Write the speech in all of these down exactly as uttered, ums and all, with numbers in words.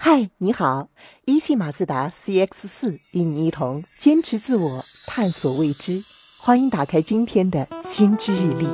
嗨，你好，一汽马自达 C X 四 与你一同坚持自我，探索未知。欢迎打开今天的心知日历。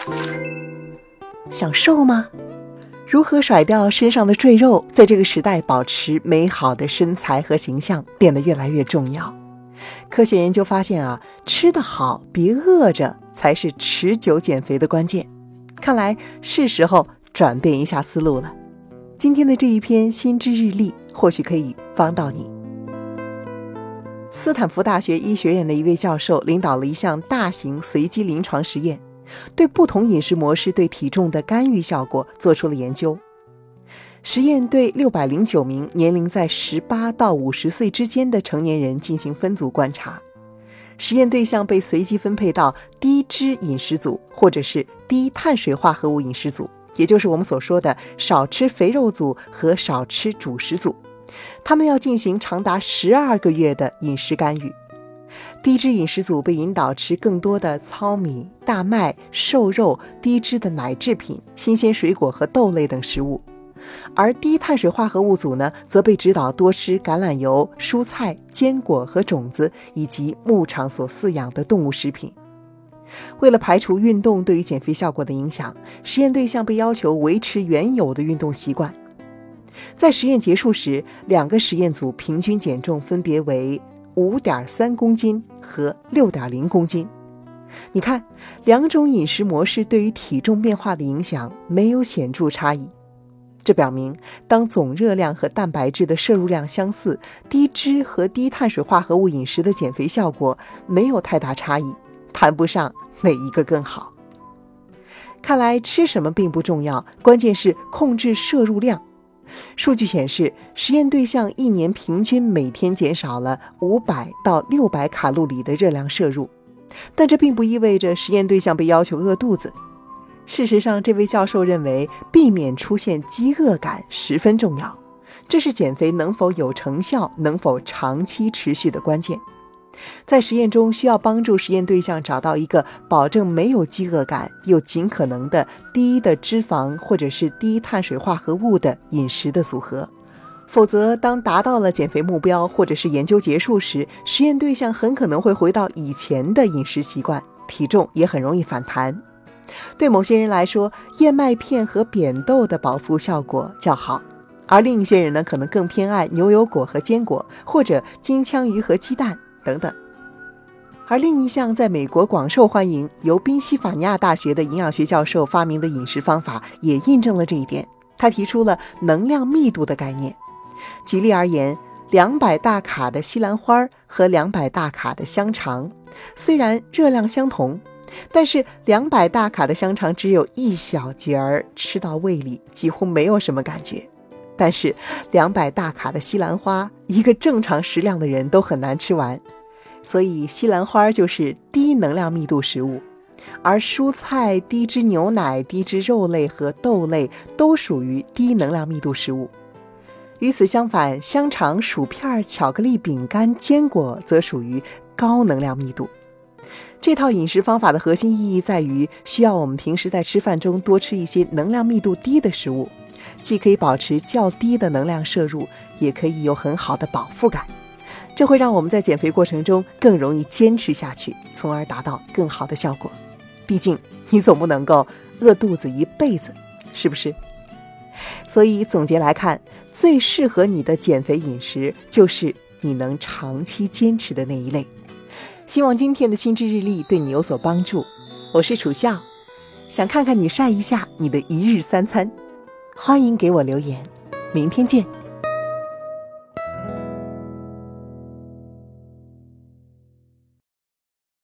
想瘦吗？如何甩掉身上的赘肉，在这个时代保持美好的身材和形象变得越来越重要。科学研究发现啊，吃得好，别饿着，才是持久减肥的关键。看来是时候转变一下思路了。今天的这一篇心知日历或许可以帮到你。斯坦福大学医学院的一位教授领导了一项大型随机临床实验，对不同饮食模式对体重的干预效果做出了研究。实验对六百零九名年龄在十八到五十岁之间的成年人进行分组观察，实验对象被随机分配到低脂饮食组或者是低碳水化合物饮食组，也就是我们所说的少吃肥肉组和少吃主食组。他们要进行长达十二个月的饮食干预。低脂饮食组被引导吃更多的糙米、大麦、瘦肉、低脂的奶制品、新鲜水果和豆类等食物，而低碳水化合物组呢，则被指导多吃橄榄油、蔬菜、坚果和种子，以及牧场所饲养的动物食品。为了排除运动对于减肥效果的影响，实验对象被要求维持原有的运动习惯。在实验结束时，两个实验组平均减重分别为 五点三公斤和 六点零公斤。你看，两种饮食模式对于体重变化的影响没有显著差异。这表明，当总热量和蛋白质的摄入量相似，低脂和低碳水化合物饮食的减肥效果没有太大差异，谈不上哪一个更好。看来吃什么并不重要，关键是控制摄入量。数据显示，实验对象一年平均每天减少了五百到六百卡路里的热量摄入，但这并不意味着实验对象被要求饿肚子。事实上，这位教授认为避免出现饥饿感十分重要，这是减肥能否有成效、能否长期持续的关键。在实验中，需要帮助实验对象找到一个保证没有饥饿感又尽可能的低的脂肪或者是低碳水化合物的饮食的组合，否则当达到了减肥目标或者是研究结束时，实验对象很可能会回到以前的饮食习惯，体重也很容易反弹。对某些人来说，燕麦片和扁豆的饱腹效果较好，而另一些人呢，可能更偏爱牛油果和坚果，或者金枪鱼和鸡蛋等等。而另一项在美国广受欢迎，由宾夕法尼亚大学的营养学教授发明的饮食方法也印证了这一点。他提出了能量密度的概念。举例而言，两百大卡的西兰花和两百大卡的香肠，虽然热量相同，但是两百大卡的香肠只有一小节儿，吃到胃里几乎没有什么感觉。但是两百大卡的西兰花，一个正常食量的人都很难吃完。所以西兰花就是低能量密度食物，而蔬菜、低脂牛奶、低脂肉类和豆类都属于低能量密度食物。与此相反，香肠、薯片、巧克力、饼干、坚果则属于高能量密度。这套饮食方法的核心意义在于，需要我们平时在吃饭中多吃一些能量密度低的食物，既可以保持较低的能量摄入，也可以有很好的饱腹感。这会让我们在减肥过程中更容易坚持下去，从而达到更好的效果。毕竟你总不能够饿肚子一辈子，是不是？所以总结来看，最适合你的减肥饮食就是你能长期坚持的那一类。希望今天的心知日历对你有所帮助。我是楚笑，想看看你晒一下你的一日三餐，欢迎给我留言。明天见。